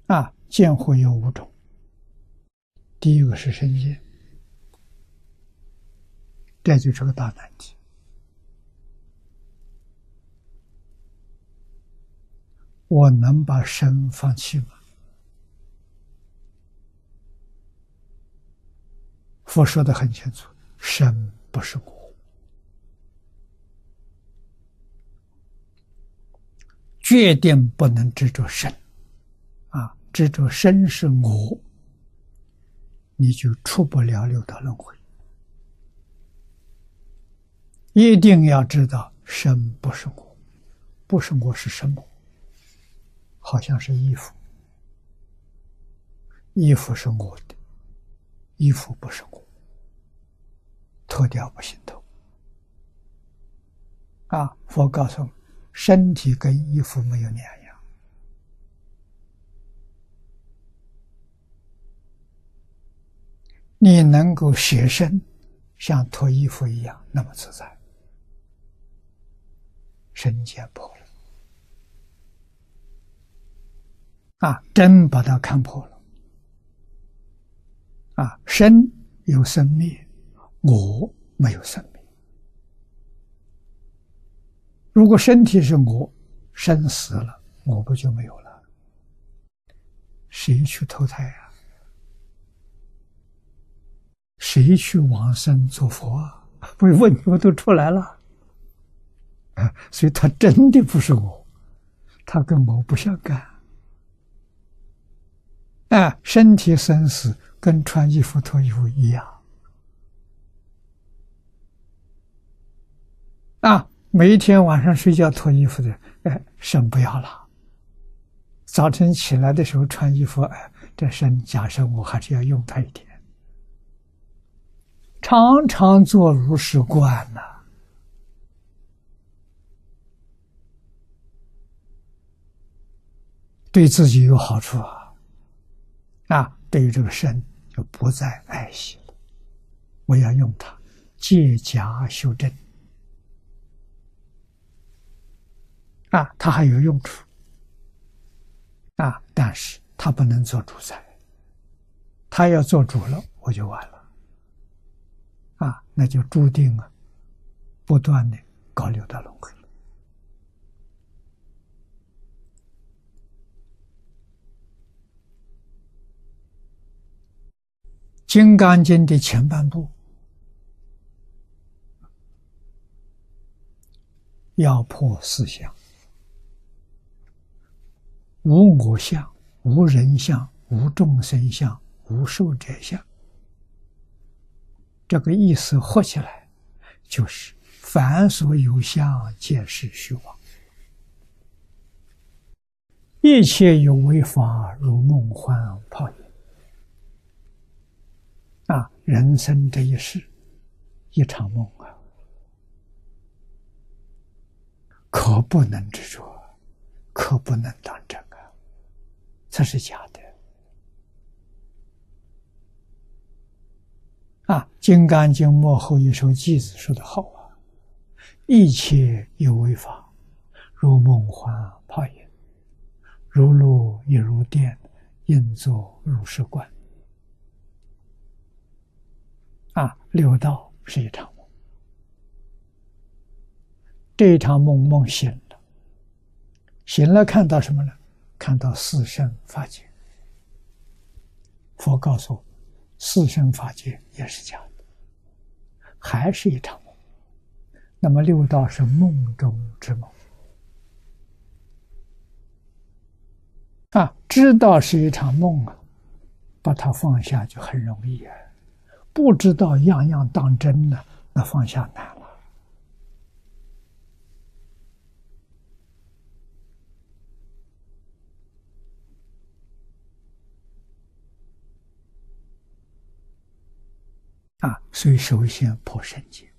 见惑有五种，第一个是身见，这就是个大难题。我能把身放弃吗？佛说得很清楚，身不是我，决定不能执着身。执着身是我，你就出不了六道轮回。一定要知道，身不是我，不是我是什么？好像是衣服，衣服是我的，衣服不是我，脱掉不心痛。佛告诉我们，身体跟衣服没有两样。你能够舍身，像脱衣服一样那么自在，身见破了，真把它看破了。身有生灭，我没有生灭。如果身体是我，身死了，我不就没有了？谁去投胎呀？谁去往生做佛啊？问题都出来了。所以他真的不是我，他跟我不相干。身体生死跟穿衣服脱衣服一样。每一天晚上睡觉脱衣服的，身不要了。早晨起来的时候穿衣服，这身假设我还是要用它一天。常常做如是观对自己有好处对于这个身就不再爱惜了。我要用它借假修真它还有用处但是它不能做主宰。它要做主了，我就完了那就注定不断的搞六道轮回了。金刚经的前半部要破四相，无我相，无人相，无众生相，无寿者相。这个意思合起来就是凡所有相，皆是虚妄。一切有为法，如梦幻泡影。人生这一世，一场梦可不能执着，可不能当真这是假的。金刚经末后一首偈子说得好一切有为法，如梦幻泡影，如露亦如电，应作如是观。六道是一场梦，这一场梦醒了，醒了看到什么呢？看到四圣法界。佛告诉我，四圣法界也是假的，还是一场梦。那么六道是梦中之梦知道是一场梦把它放下就很容易不知道样样当真呢，那放下难了所以首先破身见。